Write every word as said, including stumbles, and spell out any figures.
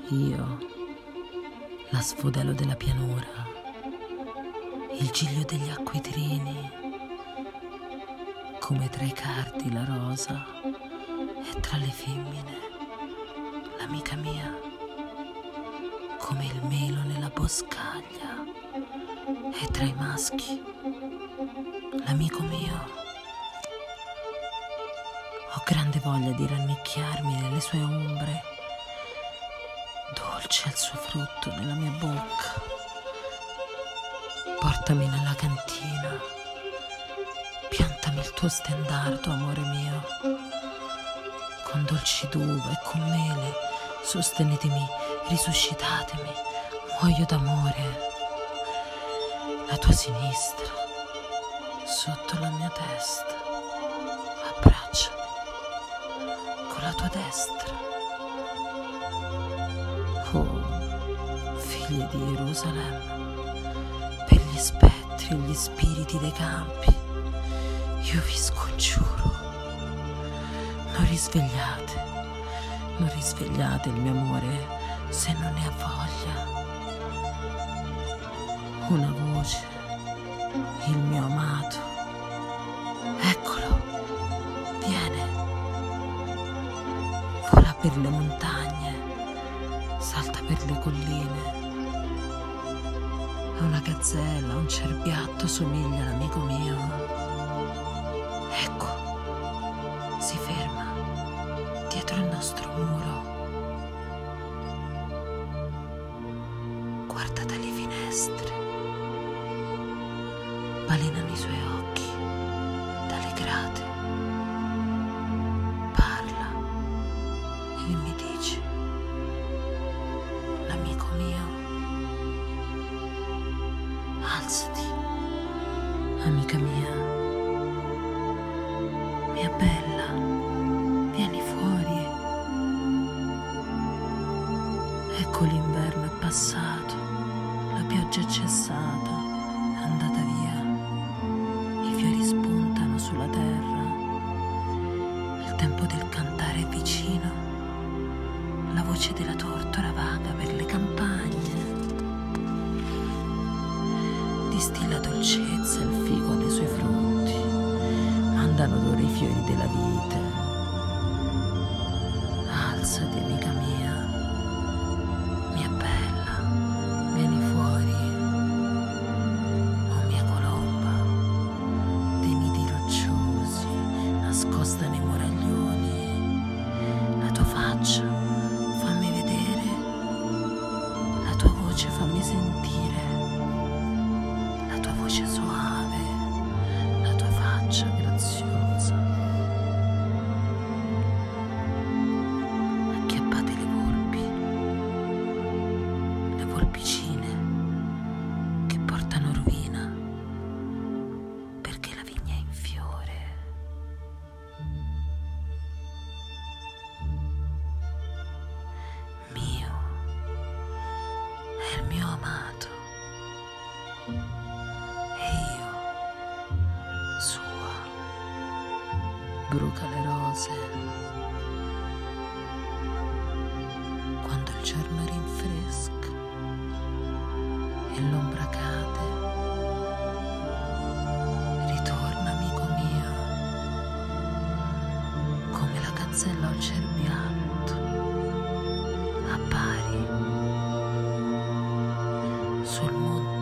Io, la sfodelo della pianura, il giglio degli acquitrini, come tra i cardi la rosa e tra le femmine l'amica mia, come il melo nella boscaglia e tra i maschi l'amico mio. Ho grande voglia di rannicchiarmi nelle sue ombre, dolce il suo frutto nella mia bocca. Portami nella cantina, piantami il tuo stendardo, amore mio, con dolci d'uva e con mele, sostenetemi, risuscitatemi, muoio d'amore. La tua sinistra, sotto la mia testa, abbracciami con la tua destra. Oh, figlie di Gerusalemme, per gli spettri e gli spiriti dei campi, io vi scongiuro, non risvegliate, non risvegliate il mio amore se non ne ha voglia. Una voce, il mio amato, eccolo, viene, vola per le montagne, salta per le colline. A una gazzella, un cerbiatto somiglia l'amico mio. Ecco, si ferma dietro il nostro muro. Guarda dalle finestre, balenano i suoi occhi dalle grate. Parla e mi dice, l'amico mio, alzati, amica mia, mia bella, vieni fuori. Ecco, l'inverno è passato, la pioggia è cessata, è andata via, i fiori spuntano sulla terra, il tempo del cantare è vicino, la voce della tortora vaga per le campagne, distilla dolcezza il fico nei suoi frutti, mandano odore i fiori della vite. Alzati, amica mia, mia bella, vieni fuori, oh mia colomba, dei nidi rocciosi nascosta nei muraglioni, la tua faccia fammi vedere, la tua voce fammi sentire, la tua voce soave, la tua faccia graziosa. Acchiappate le volpi, le volpicine che portano rovina, perché la vigna è in fiore. Mio è il mio amato e io sua. Bruca le rose quando il giorno rinfresca e l'ombra cade. Ritorna, amico mio, come la gazzella o il cerbiatto, appari sul monte